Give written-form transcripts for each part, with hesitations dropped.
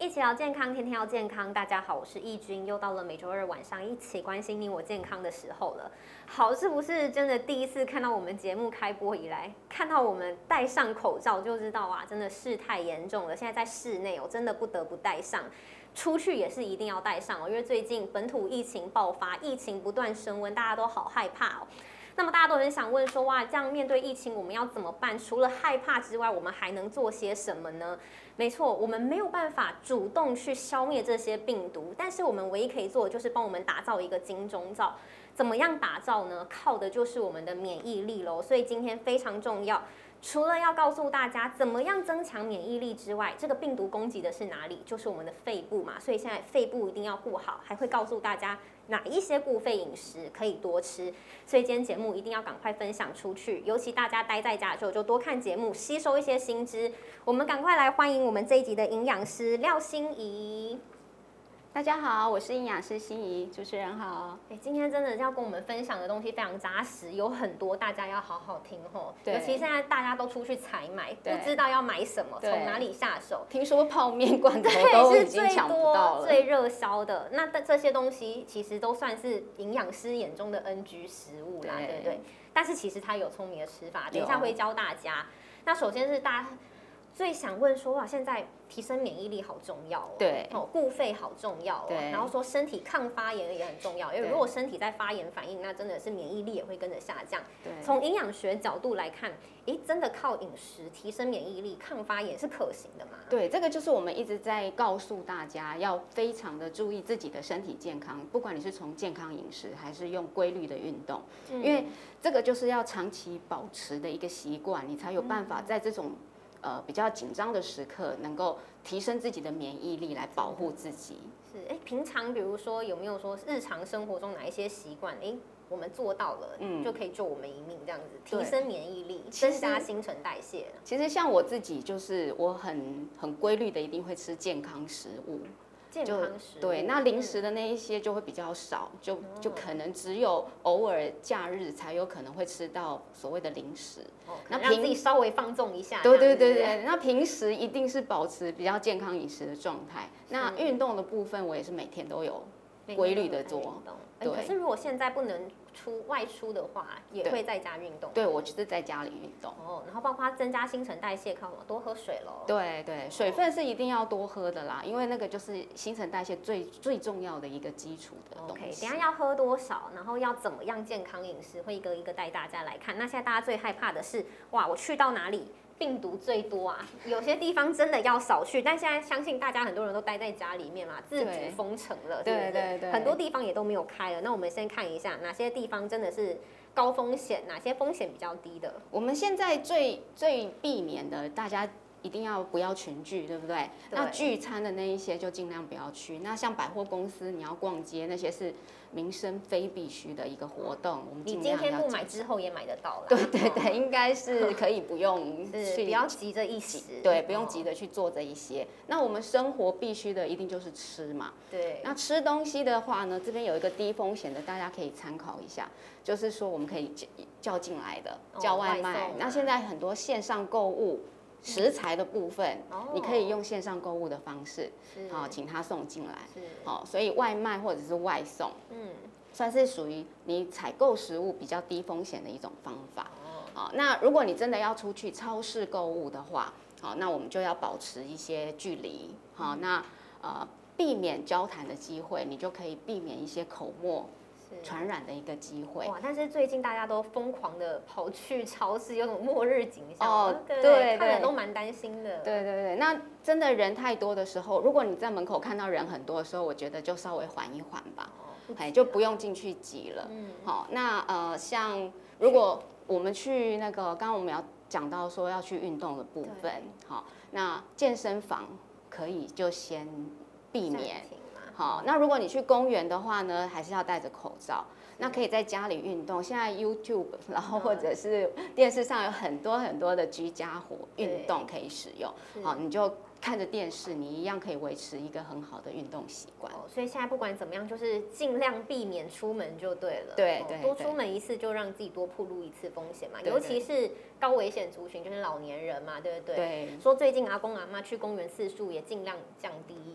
一起聊健康，天天要健康。大家好，我是易君，又到了每周二晚上一起关心你我健康的时候了。好，是不是真的第一次看到我们节目开播以来，看到我们戴上口罩就知道啊，真的事态严重了。现在在室内哦，真的不得不戴上。出去也是一定要戴上哦，因为最近本土疫情爆发，疫情不断升温，大家都好害怕哦。那么大家都很想问说，哇，这样面对疫情我们要怎么办？除了害怕之外，我们还能做些什么呢？没错，我们没有办法主动去消灭这些病毒，但是我们唯一可以做的就是帮我们打造一个金钟罩。怎么样打造呢？靠的就是我们的免疫力咯。所以今天非常重要。除了要告诉大家怎么样增强免疫力之外，这个病毒攻击的是哪里？就是我们的肺部嘛，所以现在肺部一定要顾好，还会告诉大家哪一些固肺饮食可以多吃。所以今天节目一定要赶快分享出去，尤其大家待在家的时候就多看节目，吸收一些新知。我们赶快来欢迎我们这一集的营养师廖心怡。 大家好，我是营养师心怡，主持人好。 今天真的要跟我们分享的东西非常扎实，有很多大家要好好听吼。尤其现在大家都出去采买，不知道要买什么，从哪里下手。 听说泡面罐头都已经抢不到了， 最热销的。那这些东西其实都算是营养师眼中的 NG 食物啦，对不对？但是其实它有聪明的吃法，等一下会教大家。那首先是大家最想问说，哇，现在提升免疫力好重要哦， 对， 固肺好重要哦，然后说身体抗发炎也很重要，因为如果身体在发炎反应，那真的是免疫力也会跟着下降。从营养学角度来看，真的靠饮食提升免疫力、抗发炎是可行的吗？ 对，这个就是我们一直在告诉大家，要非常的注意自己的身体健康，不管你是从健康饮食还是用规律的运动，因为这个就是要长期保持的一个习惯，你才有办法在这种比较紧张的时刻，能够提升自己的免疫力来保护自己。 是，平常比如说有没有说日常生活中哪一些习惯，我们做到了，就可以救我们一命，这样子提升免疫力，增加新陈代谢。 其实像我自己，就是我很规律的，一定会吃健康食物。 健康食物对，那零食的那一些就会比较少，就可能只有偶尔假日才有可能会吃到所谓的零食。 那让自己稍微放纵一下。 对，那平时一定是保持比较健康饮食的状态。那运动的部分，我也是每天都有规律的做。 可是如果现在不能外出的话，也会在家运动。 对，我就是在家里运动。 然后包括增加新陈代谢，靠多喝水咯。 对，水分是一定要多喝的啦，因为那个就是新陈代谢最重要的一个基础的东西。 等一下要喝多少，然后要怎么样健康饮食，会一个一个带大家来看。那现在大家最害怕的是，哇，我去到哪里？病毒最多啊，有些地方真的要少去，但现在相信大家很多人都待在家里面嘛，自主封城了，对，很多地方也都没有开了。那我们先看一下哪些地方真的是高风险，哪些风险比较低的。 我们现在最避免的，大家一定要不要群聚，对不对？那聚餐的那一些就尽量不要去。那像百货公司，你要逛街，那些是民生非必须的一个活动，我们尽量要。 你今天不买之后也买得到啦。 对，应该是可以不用去，不要急着一时。 对，不用急着去做这一些。那我们生活必须的一定就是吃嘛。 对。 那吃东西的话呢，这边有一个低风险的，大家可以参考一下，就是说我们可以叫进来的，叫外卖。那现在很多线上购物。食材的部分，你可以用线上购物的方式，请他送进来，所以外卖或者是外送，算是属于你采购食物比较低风险的一种方法。那如果你真的要出去超市购物的话，那我们就要保持一些距离，那避免交谈的机会，你就可以避免一些口沫传染的一个机会。 哇！但是最近大家都疯狂的跑去超市，有种末日景象。 对，看人都蛮担心的。 对，那真的人太多的时候，如果你在门口看到人很多的时候，我觉得就稍微缓一缓吧，就不用进去挤了。好，那像如果我们去那个，刚刚我们要讲到说要去运动的部分，好，那健身房可以就先避免。好，那如果你去公园的话呢，还是要戴着口罩。那可以在家里运动，现在 YouTube， 然后或者是电视上有很多的居家运动可以使用。好，你就看着电视，你一样可以维持一个很好的运动习惯。 所以现在不管怎么样，就是尽量避免出门就对了。 对， 多出门一次就让自己多暴露一次风险嘛。尤其是高危险族群，就是老年人嘛，对不对？ 对。 说最近阿公阿嬷去公园次数也尽量降低一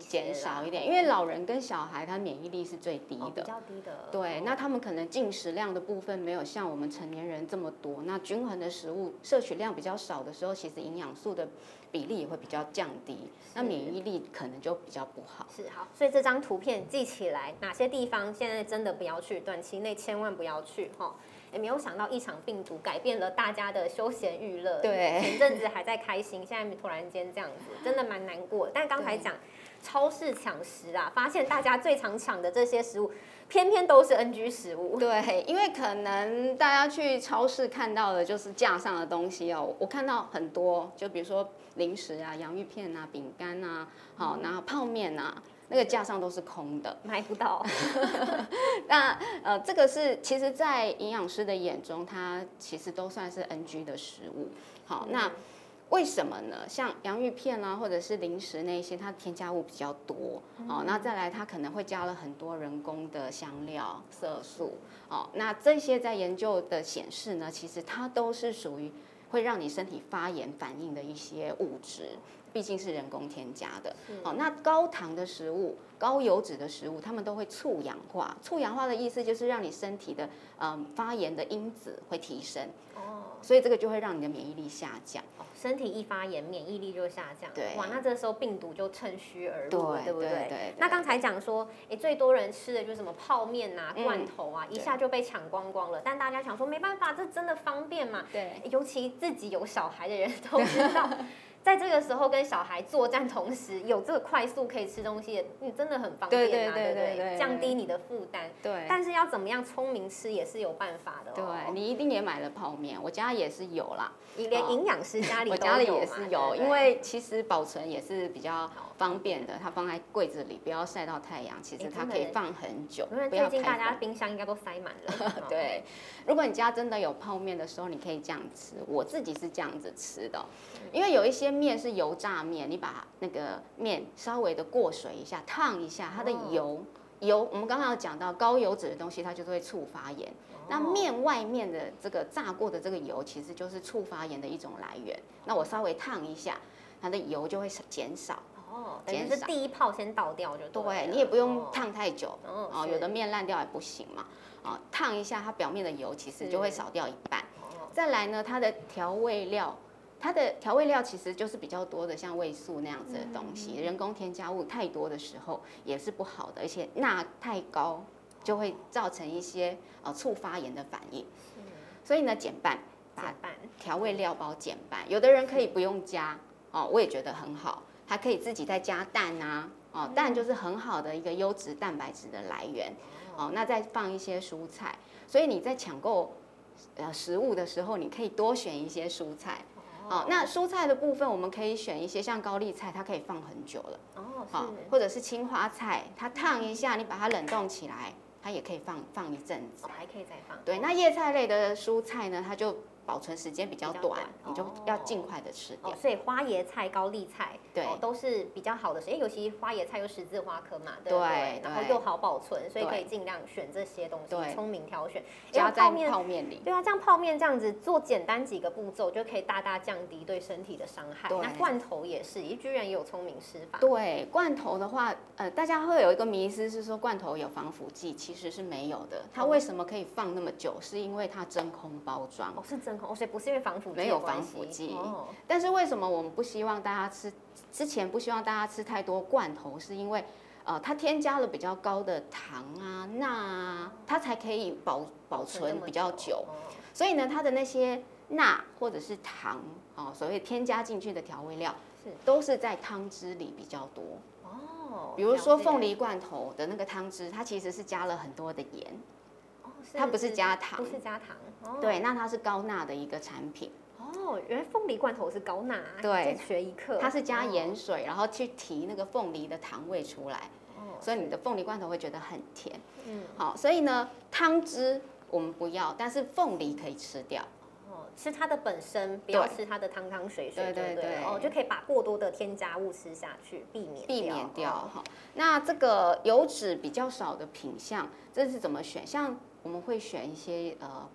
减少一点，因为老人跟小孩他免疫力是最低的， 比较低的。 对，那他们可能进食量的部分没有像我们成年人这么多，那均衡的食物摄取量比较少的时候，其实营养素的比例也会比较降低，那免疫力可能就比较不好。 是好，所以这张图片记起来，哪些地方现在真的不要去，短期内千万不要去哈。也没有想到一场病毒改变了大家的休闲娱乐。 对， 前阵子还在开心，现在突然间这样子，真的蛮难过的。但刚才讲超市抢食啊，发现大家最常抢的这些食物，偏偏都是 NG 食物。 对，因为可能大家去超市看到的就是架上的东西哦，我看到很多，就比如说零食啊、洋芋片啊、饼干啊，好，然后泡面啊。那个架上都是空的， 买不到。 那这个是其实，在营养师的眼中，它其实都算是 NG 的食物。好，那为什么呢？像洋芋片啊，或者是零食那些，它添加物比较多。哦，那再来，它可能会加了很多人工的香料、色素。哦，那这些在研究的显示呢，其实它都是属于会让你身体发炎反应的一些物质。毕竟是人工添加的，好，那高糖的食物、高油脂的食物，它们都会促氧化。促氧化的意思就是让你身体的发炎的因子会提升，所以这个就会让你的免疫力下降。 身体一发炎，免疫力就下降。 对， 哇，那这时候病毒就趁虚而入了，对不对？ 对。 那刚才讲说，最多人吃的就是什么泡面啊、罐头啊，一下就被抢光光了。但大家想说，没办法，这真的方便嘛？ 对， 尤其自己有小孩的人都知道。在这个时候跟小孩作战同时，有这个快速可以吃东西，你真的很方便啊，对不对？降低你的负担。 对。 但是要怎么样聪明吃也是有办法的。 对，你一定也买了泡面，我家也是有啦。 你连营养师家里我家里也是有，因为其实保存也是比较方便的，它放在柜子里，不要晒到太阳，其实它可以放很久。 因为最近大家冰箱应该都塞满了。 对，如果你家真的有泡面的时候，你可以这样吃。我自己是这样子吃的，因为有一些面是油炸面，你把那个面稍微的过水一下，烫一下，它的油，我们刚刚有讲到高油脂的东西，它就是会促发炎。那面外面的这个炸过的这个油，其实就是促发炎的一种来源。那我稍微烫一下，它的油就会减少。 等于是第一泡先倒掉就对了。 对，你也不用烫太久。有的面烂掉也不行嘛。烫一下，它表面的油其实就会少掉一半。再来呢，它的调味料。它的调味料其实就是比较多的，像味素那样子的东西，人工添加物太多的时候也是不好的，而且钠太高就会造成一些促发炎的反应。所以呢，减半，把调味料包减半。有的人可以不用加，我也觉得很好，还可以自己再加蛋啊，蛋就是很好的一个优质蛋白质的来源。那再放一些蔬菜，所以你在抢购食物的时候，你可以多选一些蔬菜。那蔬菜的部分，我们可以选一些像高丽菜，它可以放很久了。或者是青花菜，它烫一下，你把它冷冻起来，它也可以放一阵子。 还可以再放。 对，那叶菜类的蔬菜呢，它就保存时间比较短，你就要尽快的吃掉。 所以花椰菜、高丽菜，都是比较好的食，因为尤其花椰菜又十字花科嘛，对不对？然后又好保存，所以可以尽量选这些东西，聪明挑选。 加在泡面里。 对啊，这样泡面这样子做简单几个步骤，就可以大大降低对身体的伤害。那罐头也是，居然也有聪明吃法。 对，罐头的话，大家会有一个迷思是说罐头有防腐剂，其实是没有的。它为什么可以放那么久？是因为它真空包装。 是真空，所以不是因为防腐剂。 没有防腐剂。但是为什么我们不希望大家吃？之前不希望大家吃太多罐头，是因为它添加了比较高的糖啊、钠啊，它才可以保存比较久。所以呢，它的那些钠或者是糖，所谓添加进去的调味料，都是在汤汁里比较多。比如说凤梨罐头的那个汤汁，它其实是加了很多的盐。它不是加糖， 不是加糖， 对，那它是高钠的一个产品。 原来凤梨罐头是高钠， 对， 学一课。 它是加盐水，然后去提那个凤梨的糖味出来，所以你的凤梨罐头会觉得很甜。好，所以呢，汤汁我们不要，但是凤梨可以吃掉。 吃它的本身，不要吃它的汤汤水水，对，就可以把过多的添加物吃下去，避免掉。 那这个油脂比较少的品项，这是怎么选？像我们会选一些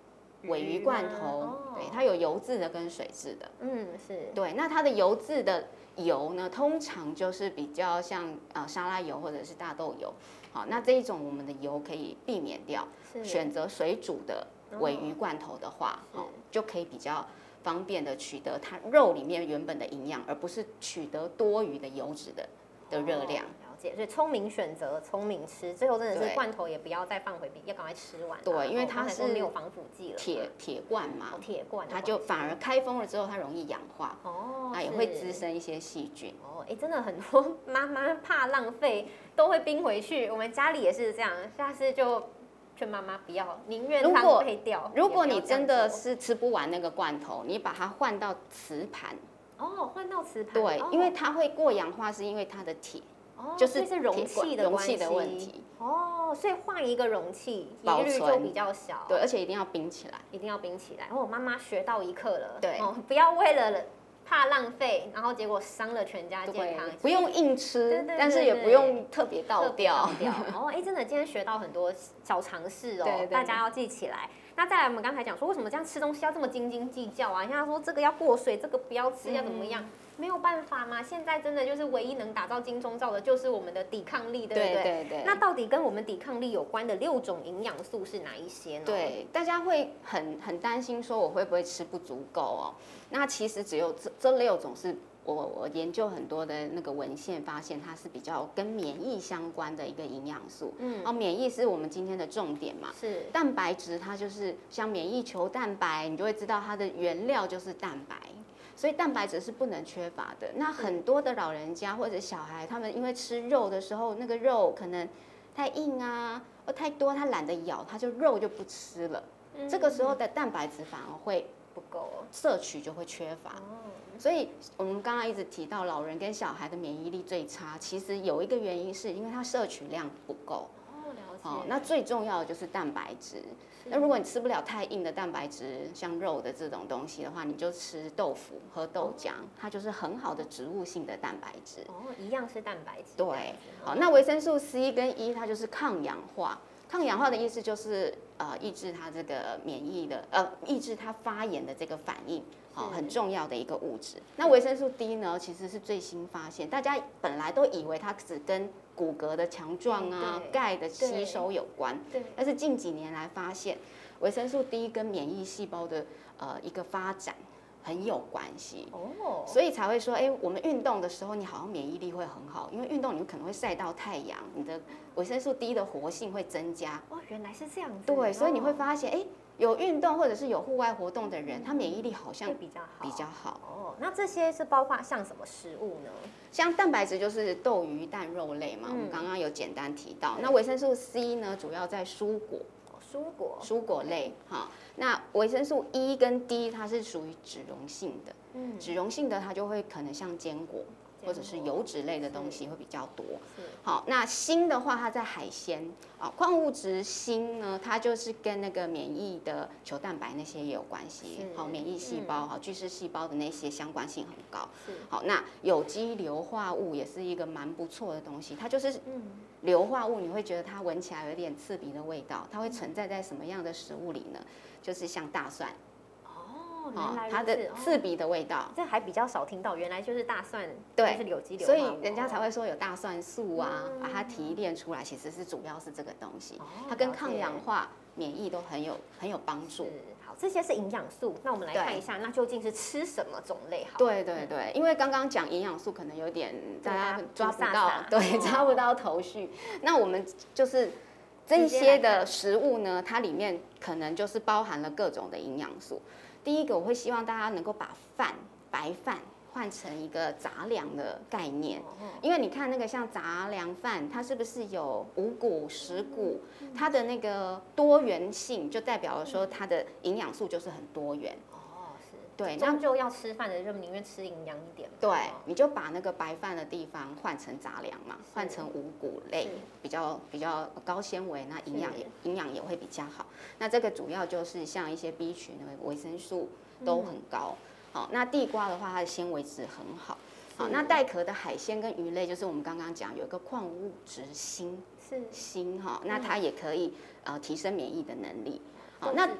鲔鱼罐头，对，它有油质的跟水质的。 是。 对，那它的油质的油呢，通常就是比较像沙拉油或者是大豆油。好，那这一种我们的油可以避免掉，选择水煮的鲔鱼罐头的话，就可以比较方便的取得它肉里面原本的营养，而不是取得多余的油脂的热量。 了解，所以聪明选择，聪明吃，最后真的是罐头也不要再放回冰，要赶快吃完。 对，因为它是没有防腐剂了， 铁罐嘛， 铁罐， 它就反而开封了之后，它容易氧化，那也会滋生一些细菌。 真的很多妈妈怕浪费，都会冰回去。我们家里也是这样，下次就劝妈妈不要，宁愿浪费掉。 如果你真的是吃不完那个罐头，你把它换到瓷盘。 换到瓷盘。 对，因为它会过氧化，是因为它的铁。 就是容器的问题。 所以换一个容器，疑虑就比较小。 对，而且一定要冰起来。 一定要冰起来。我妈妈学到一课了。 对， 不要为了怕浪费，然后结果伤了全家健康。 不用硬吃，但是也不用特别倒掉。 真的今天学到很多小常识哦，大家要记起来。那再来，我们刚才讲说，为什么这样吃东西要这么斤斤计较啊？像他说这个要过水，这个不要吃，要怎么样？没有办法嘛，现在真的就是唯一能打造金钟罩的，就是我们的抵抗力，对不对？对。那到底跟我们抵抗力有关的6种营养素是哪一些呢？ 对，大家会很担心说我会不会吃不足够哦？那其实只有这6种是我研究很多的那个文献发现，它是比较跟免疫相关的一个营养素。免疫是我们今天的重点嘛。 是。 蛋白质它就是像免疫球蛋白，你就会知道它的原料就是蛋白。所以蛋白质是不能缺乏的。那很多的老人家或者小孩，他们因为吃肉的时候，那个肉可能太硬啊，或太多，他懒得咬，他就肉就不吃了。这个时候的蛋白质反而会不够， 摄取就会缺乏。所以我们刚刚一直提到老人跟小孩的免疫力最差，其实有一个原因是因为他摄取量不够。 了解。 那最重要的就是蛋白质。那如果你吃不了太硬的蛋白质，像肉的这种东西的话，你就吃豆腐、喝豆浆，它就是很好的植物性的蛋白质。 一样是蛋白质。 对，好，那维生素 C 跟 E 它就是抗氧化。抗氧化的意思就是抑制它这个免疫的抑制它发炎的这个反应。很重要的一个物质。那维生素 D 呢，其实是最新发现，大家本来都以为它只跟骨骼的强壮啊、钙的吸收有关，但是近几年来发现，维生素 D 跟免疫细胞的一个发展很有关系。所以才会说，我们运动的时候，你好像免疫力会很好，因为运动你可能会晒到太阳，你的维生素 D 的活性会增加。 原来是这样子。 对，所以你会发现，有运动或者是有户外活动的人，他免疫力好像比较好。 那这些是包括像什么食物呢？ 像蛋白质就是豆、鱼、蛋、肉类嘛，我们刚刚有简单提到。那维生素 C 呢，主要在蔬果。蔬果类那维生素 E 跟 D 它是属于脂溶性的。脂溶性的它就会可能像坚果或者是油脂类的东西会比较多。好，那锌的话，它在海鲜矿物质锌呢，它就是跟那个免疫的球蛋白那些也有关系。免疫细胞巨噬细胞的那些相关性很高。好，那有机硫化物也是一个蛮不错的东西，它就是硫化物，你会觉得它闻起来有点刺鼻的味道，它会存在在什么样的食物里呢？就是像大蒜。它的刺鼻的味道， 这还比较少听到。原来就是大蒜，就是有机硫化物， 所以人家才会说有大蒜素啊，把它提炼出来，其实是主要是这个东西，它跟抗氧化、免疫都很有帮助。 好，这些是营养素。那我们来看一下，那究竟是吃什么种类好？ 对，因为刚刚讲营养素可能有点大家抓不到，抓不到头绪。那我们就是这些的食物呢，它里面可能就是包含了各种的营养素。第一个，我会希望大家能够把白饭换成一个杂粮的概念，因为你看那个像杂粮饭，它是不是有五谷、十谷，它的那个多元性就代表了说它的营养素就是很多元。对， 终究要吃饭的人宁愿吃营养一点。 对，你就把那个白饭的地方换成杂粮嘛，换成五谷类，比较高纤维，那营养也会比较好。那这个主要就是像一些 B 群的维生素都很高。好，那地瓜的话，它的纤维质很好。好，那带壳的海鲜跟鱼类，就是我们刚刚讲有一个矿物质锌，那它也可以提升免疫的能力。好，那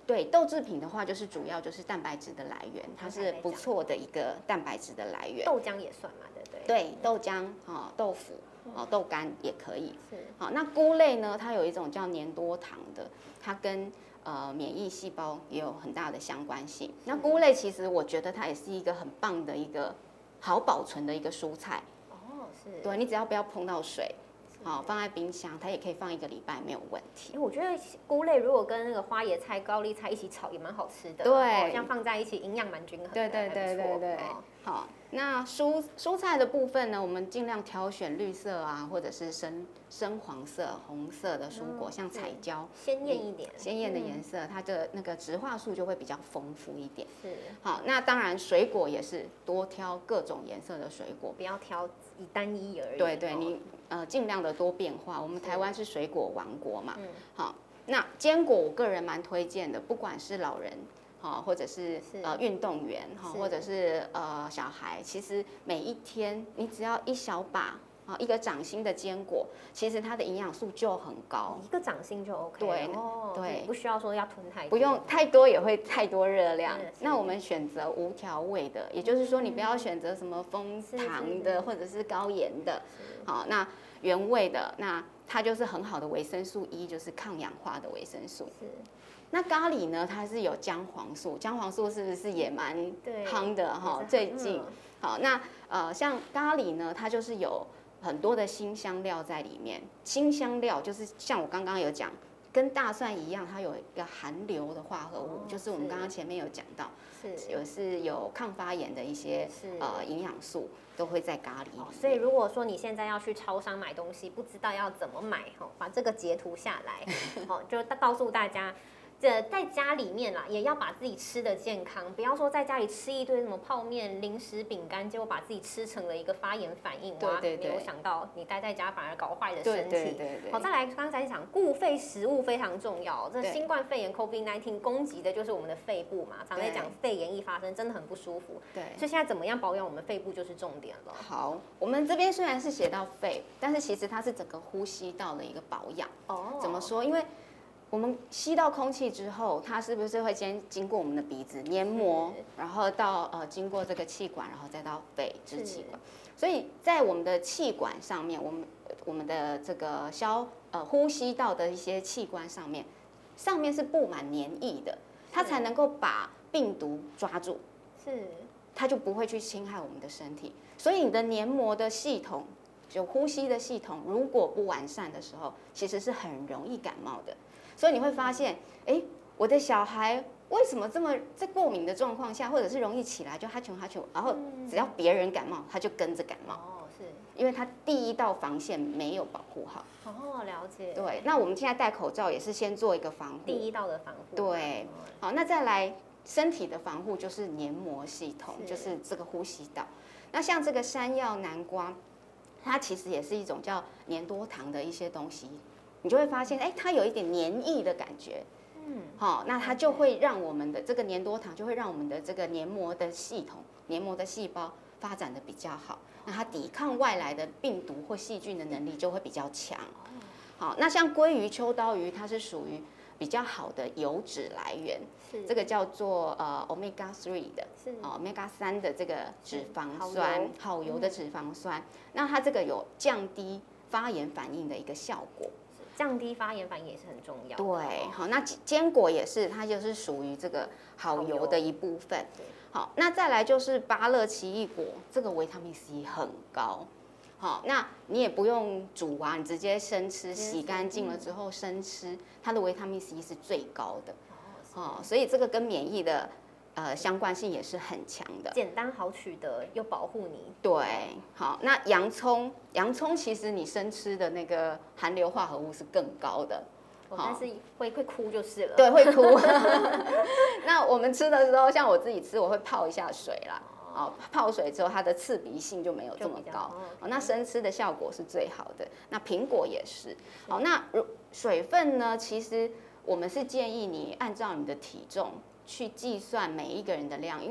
对，豆制品的话，就是主要就是蛋白质的来源，它是不错的一个蛋白质的来源。 豆浆也算嘛，对不对？ 对，豆浆豆腐豆干也可以。 是。 好，那菇类呢，它有一种叫粘多糖的，它跟免疫细胞也有很大的相关性。那菇类其实我觉得它也是一个很棒的一个好保存的一个蔬菜。 哦，是。 对，你只要不要碰到水。好，放在冰箱，它也可以放1个礼拜没有问题。 我觉得菇类如果跟那个花椰菜、高丽菜一起炒也蛮好吃的， 对， 这样放在一起营养蛮均衡的， 对。好，那蔬菜的部分呢，我们尽量挑选绿色啊，或者是深黄色、红色的蔬果，像彩椒， 鲜艳一点， 鲜艳的颜色，它的那个植化素就会比较丰富一点。 是。 好，那当然水果也是多挑各种颜色的水果， 不要挑单一而已。 对，你尽量的多变化。我们台湾是水果王国嘛，好，那坚果我个人蛮推荐的，不管是老人。或者是运动员或者是小孩，其实每一天你只要一小把1个掌心的坚果，其实它的营养素就很高 ，1个掌心就 OK。 对， 不需要说要吞太多， 不用太多也会太多热量。那我们选择无调味的，也就是说你不要选择什么枫糖的或者是高盐的，好，那原味的，那它就是很好的维生素 E， 就是抗氧化的维生素。 是。 那咖喱呢？它是有姜黄素，姜黄素是不是也蛮夯的哈？最近好，那像咖喱呢，它就是有很多的辛香料在里面。辛香料就是像我刚刚有讲，跟大蒜一样，它有一个含硫的化合物，就是我们刚刚前面有讲到，是有抗发炎的一些营养素都会在咖喱里面。 所以如果说你现在要去超商买东西，不知道要怎么买，把这个截图下来，就告诉大家。在家里面啦，也要把自己吃的健康，不要说在家里吃一堆什么泡面、零食、饼干，结果把自己吃成了一个发炎反应。 对， 没有想到你待在家反而搞坏了身体。 对。 好，再来，刚才讲固肺食物非常重要。这新冠肺炎 COVID-19 攻击的就是我们的肺部嘛，常在讲肺炎一发生真的很不舒服。 对， 所以现在怎么样保养我们肺部就是重点了。 好，我们这边虽然是写到肺，但是其实它是整个呼吸道的一个保养。怎么说？因为我们吸到空气之后，它是不是会先经过我们的鼻子黏膜，然后到经过这个气管，然后再到肺支气管。所以在我们的气管上面，我们的这个呼吸道的一些器官上面是布满黏液的，它才能够把病毒抓住，它就不会去侵害我们的身体。所以你的黏膜的系统，就呼吸的系统，如果不完善的时候，其实是很容易感冒的。所以你会发现，我的小孩为什么这么在过敏的状况下，或者是容易起来就哈啾哈啾，然后只要别人感冒，他就跟着感冒。 是因为他第一道防线没有保护好。 了解。 对，那我们现在戴口罩也是先做一个防护。 第一道的防护。 对，好，那再来身体的防护就是黏膜系统，就是这个呼吸道。那像这个山药、南瓜，它其实也是一种叫粘多糖的一些东西。你就会发现，它有一点黏液的感觉，好，那它就会让我们的这个粘多糖就会让我们的这个黏膜的系统、黏膜的细胞发展的比较好，那它抵抗外来的病毒或细菌的能力就会比较强。好，那像鲑鱼、秋刀鱼，它是属于比较好的油脂来源，这个叫做omega 3的，omega 3的这个脂肪酸，好油的脂肪酸，那它这个有降低发炎反应的一个效果。 降低发炎反应也是很重要的。 对，好，那坚果也是，它就是属于这个好油的一部分。好，那再来就是芭乐奇异果，这个维他命 C 很高。好，那你也不用煮啊，你直接生吃，洗干净了之后生吃，它的维他命 C 是最高的。所以这个跟免疫的相关性也是很强的， 简单好取得又保护你。 对，好，那洋葱其实你生吃的那个含硫化合物是更高的， 但是会哭就是了。 对，会哭。那我们吃的时候，像我自己吃，我会泡一下水啦。泡水之后，它的刺鼻性就没有这么高。那生吃的效果是最好的。那苹果也是。好，那水分呢？其实我们是建议你按照你的体重去计算每一个人的量，因为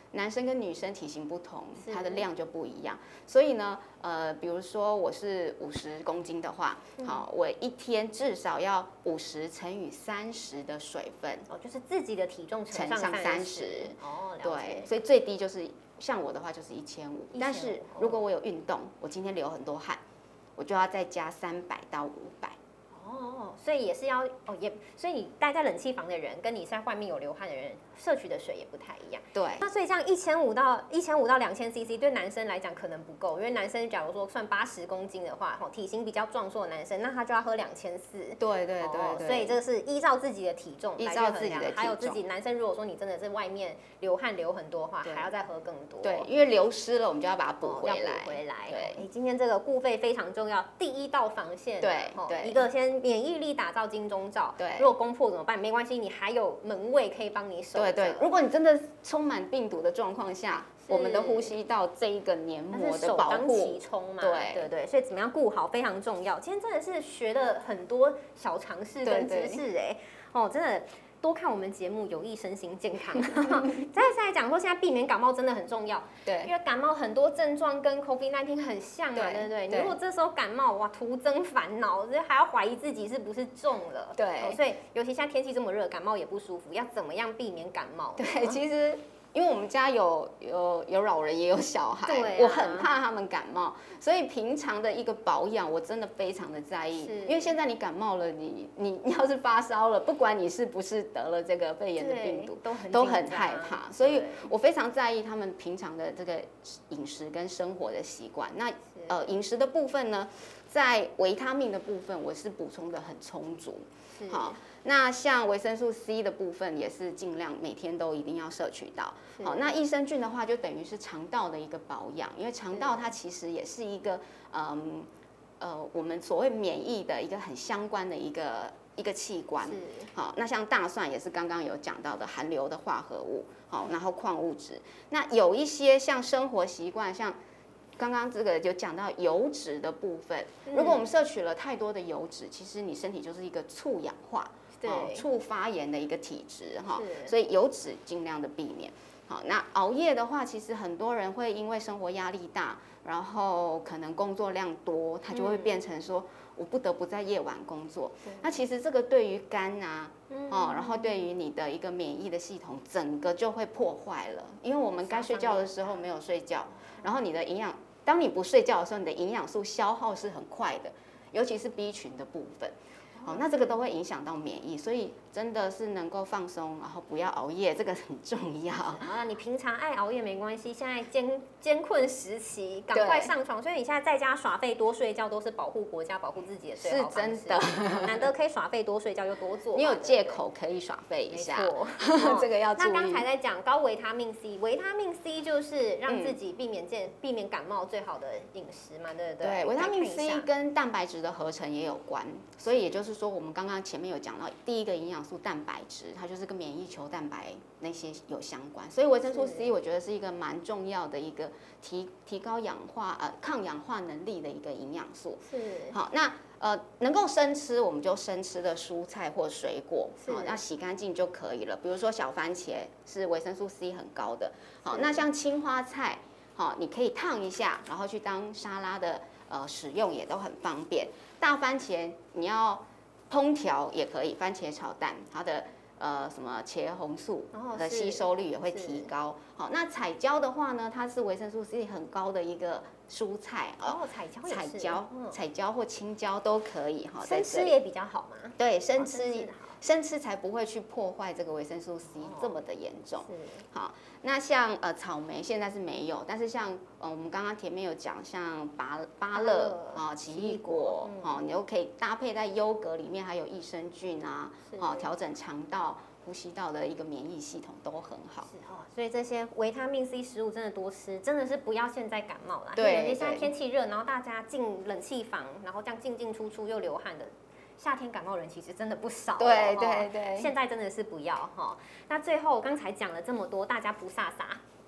男生跟女生体型不同，它的量就不一样。所以呢，比如说我是50公斤的话，好，我一天至少要50乘以30的水分， 就是自己的体重乘上30。哦，了解。 对，所以最低就是像我的话就是1500，但是如果我有运动，我今天流很多汗，我就要再加300到500。 所以也是要所以你待在冷气房的人，跟你在外面有流汗的人，摄取的水也不太一样。 对。 那所以这样1500到2000 CC 对男生来讲可能不够，因为男生假如说算80公斤的话，体型比较壮硕的男生，那他就要喝2400。 对。 所以这是依照自己的体重来衡量，还有自己男生如果说你真的是外面流汗流很多的话，还要再喝更多。 对，因为流失了，我们就要把它补回来。 对，今天这个固肺非常重要，第一道防线。 对， 一个先免疫力打造金钟罩。对，如果攻破怎么办？没关系，你还有门卫可以帮你守着。 对，如果你真的充满病毒的状况下，我们的呼吸道这一个黏膜的保护， 首当其冲嘛。对，所以怎么样顾好非常重要。今天真的是学了很多小常识跟知识真的。多看我们节目有益身心健康。再来讲说，现在避免感冒真的很重要。对，因为感冒很多症状跟 COVID-19 很像嘛，对不对？你如果这时候感冒，哇，徒增烦恼，还要怀疑自己是不是中了。对，所以尤其现在天气这么热，感冒也不舒服，要怎么样避免感冒？ 对，其实。因为我们家有老人也有小孩，我很怕他们感冒，所以平常的一个保养我真的非常的在意。因为现在你感冒了，你要是发烧了，不管你是不是得了这个肺炎的病毒，都很害怕，所以我非常在意他们平常的这个饮食跟生活的习惯。那饮食的部分呢，在维他命的部分我是补充的很充足，好。那像维生素 C 的部分也是尽量每天都一定要摄取到。好，那益生菌的话就等于是肠道的一个保养，因为肠道它其实也是一个我们所谓免疫的一个很相关的一个器官。好，那像大蒜也是刚刚有讲到的含硫的化合物，好，然后矿物质。那有一些像生活习惯，像刚刚这个就讲到油脂的部分，如果我们摄取了太多的油脂，其实你身体就是一个促氧化。促发炎的一个体质哈，所以油脂尽量的避免。好，那熬夜的话，其实很多人会因为生活压力大，然后可能工作量多，它就会变成说我不得不在夜晚工作。那其实这个对于肝啊，然后对于你的一个免疫的系统，整个就会破坏了。因为我们该睡觉的时候没有睡觉，然后你的营养，当你不睡觉的时候，你的营养素消耗是很快的，尤其是 B 群的部分。好，那这个都会影响到免疫，所以真的是能够放松，然后不要熬夜，这个很重要。 啊，你平常爱熬夜没关系，现在艰困时期，赶快上床。所以你现在在家耍废多睡觉，都是保护国家、保护自己的最好方式。是真的，难得可以耍废多睡觉，就多做。 你有借口可以耍废一下，这个要注意。 那刚才在讲高维他命 C， 维他命 C 就是让自己避免感冒最好的饮食嘛，对不对？ 对，维他命 C 跟蛋白质的合成也有关，所以也就是说，我们刚刚前面有讲到第一个营养素蛋白质，它就是跟免疫球蛋白那些有相关，所以维生素 C 我觉得是一个蛮重要的一个提高抗氧化能力的一个营养素。是。好，那能够生吃我们就生吃的蔬菜或水果，好，那洗干净就可以了。比如说小番茄是维生素 C 很高的，好，那像青花菜，好，你可以烫一下，然后去当沙拉的使用也都很方便。大番茄你要烹调也可以，番茄炒蛋，它的什么茄红素的吸收率也会提高。好，那彩椒的话呢，它是维生素 C 很高的一个蔬菜哦， 彩椒或青椒都可以哈。 生吃也比较好嘛？ 对，生吃才不会去破坏这个维生素 C 这么的严重。好，那像草莓现在是没有，但是像我们刚刚前面有讲，像芭乐啊、奇异果你都可以搭配在优格里面，还有益生菌啊，调整肠道、呼吸道的一个免疫系统都很好。 所以这些维他命 C 食物真的多吃，真的是不要现在感冒啦。 对， 尤其现在天气热，然后大家进冷气房，然后这样进出出又流汗的。夏天感冒人其实真的不少，对，现在真的是不要哈。那最后刚才讲了这么多，大家不飒飒，对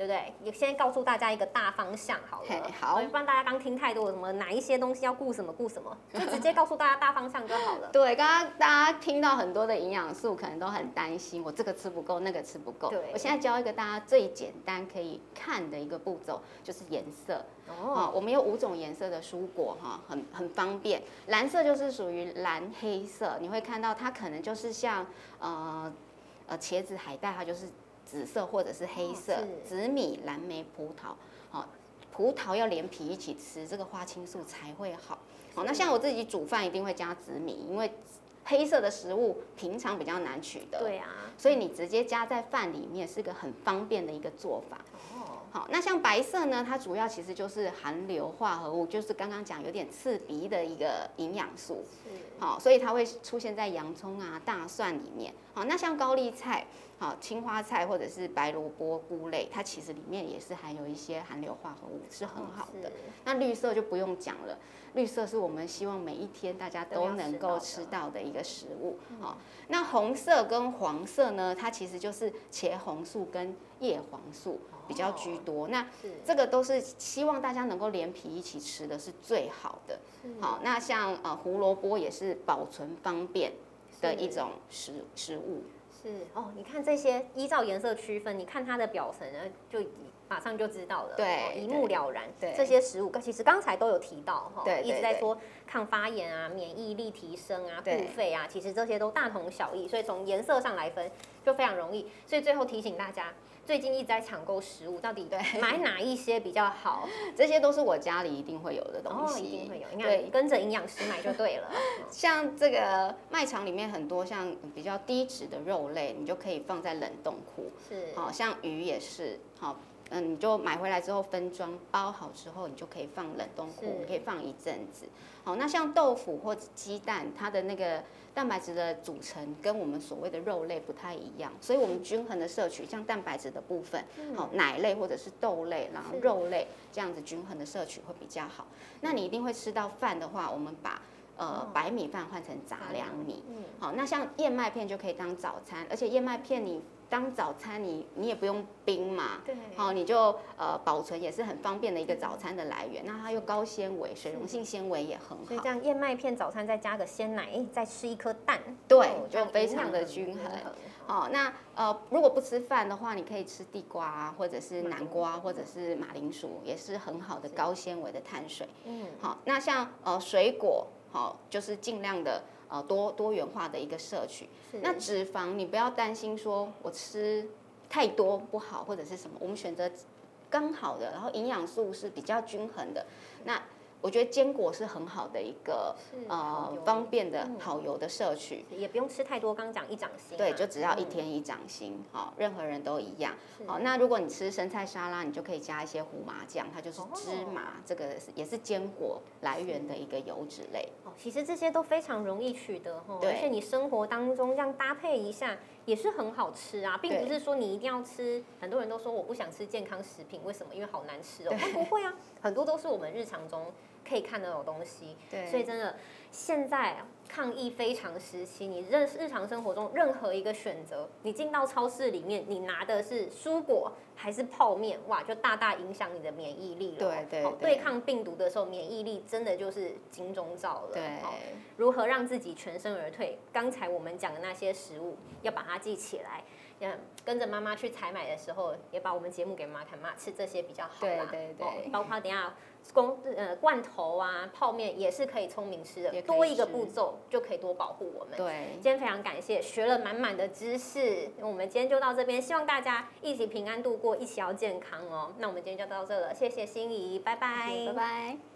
对不对？也先告诉大家一个大方向好了。 好， 不然大家刚听太多什么哪一些东西要顾什么顾什么，就直接告诉大家大方向就好了。 对，刚刚大家听到很多的营养素，可能都很担心，我这个吃不够，那个吃不够。 对， 我现在教一个大家最简单可以看的一个步骤，就是颜色。我们有5种颜色的蔬果哈，很方便。蓝色就是属于蓝黑色，你会看到它可能就是像茄子、海带，它就是紫色或者是黑色。紫米、蓝莓、葡萄，葡萄要连皮一起吃，这个花青素才会好。那像我自己煮饭一定会加紫米，因为黑色的食物平常比较难取得。 对啊， 所以你直接加在饭里面是个很方便的一个做法。好，那像白色呢，它主要其实就是含硫化合物，就是刚刚讲有点刺鼻的一个营养素。好，所以它会出现在洋葱啊、大蒜里面。好，那像高丽菜、青花菜或者是白萝卜、菇类，它其实里面也是含有一些含硫化合物，是很好的。那绿色就不用讲了，绿色是我们希望每一天大家都能够吃到的一个食物。好，那红色跟黄色呢，它其实就是茄红素跟叶黄素比较居多。那这个都是希望大家能够连皮一起吃的是最好的。好，那像胡萝卜也是保存方便的一种食物。 你看这些依照颜色区分，你看它的表层呢，就马上就知道了， 对， 一目了然。 对， 这些食物其实刚才都有提到哈， 对， 一直在说抗发炎啊、免疫力提升啊、固肺啊，其实这些都大同小异，所以从颜色上来分就非常容易。所以最后提醒大家，最近一直在抢购食物，到底买哪一些比较好？ 这些都是我家里一定会有的东西， 一定会有。你看，跟着营养师买就对了。 像这个卖场里面很多像比较低脂的肉类，你就可以放在冷冻库。好像鱼也是，好。你就买回来之后分装包好之后，你就可以放冷冻库，你可以放一阵子。好，那像豆腐或者鸡蛋，它的那个蛋白质的组成跟我们所谓的肉类不太一样，所以我们均衡的摄取，像蛋白质的部分，好奶类或者是豆类，然后肉类这样子均衡的摄取会比较好。那你一定会吃到饭的话，我们把白米饭换成杂粮米。好，那像燕麦片就可以当早餐，而且燕麦片你当早餐你也不用冰嘛， 对， 好，你就保存也是很方便的一个早餐的来源。那它又高纤维，水溶性纤维也很好。 所以这样燕麦片早餐再加个鲜奶，再吃一颗蛋， 对，就非常的均衡。哦，那如果不吃饭的话，你可以吃地瓜啊，或者是南瓜，或者是马铃薯，也是很好的高纤维的碳水。好，那像水果，好，就是尽量的多元化的一个摄取。那脂肪你不要担心说我吃太多不好或者是什么，我们选择刚好的，然后营养素是比较均衡的。那我觉得坚果是很好的一个方便的好油的摄取， 也不用吃太多。刚讲一掌心， 对，就只要1天1掌心，好，任何人都一样。好，那如果你吃生菜沙拉，你就可以加一些胡麻酱，它就是芝麻，这个也是坚果来源的一个油脂类。 其实这些都非常容易取得哈，而且你生活当中这样搭配一下也是很好吃啊，并不是说你一定要吃。很多人都说我不想吃健康食品，为什么？因为好难吃哦。但不会啊，很多都是我们日常中可以看得到东西。所以真的，现在抗疫非常时期，你日常生活中任何一个选择，你进到超市里面，你拿的是蔬果还是泡面，哇，就大大影响你的免疫力了。对抗病毒的时候，免疫力真的就是金钟罩了。如何让自己全身而退？刚才我们讲的那些食物，要把它记起来。跟着妈妈去采买的时候，也把我们节目给妈妈看，妈吃这些比较好啦。对，包括等一下罐头啊、泡面也是可以聪明吃的，多一个步骤就可以多保护我们。今天非常感谢，学了满满的知识。我们今天就到这边，希望大家一起平安度过，一起要健康哦。那我们今天就到这了，谢谢心怡，拜拜， 拜拜。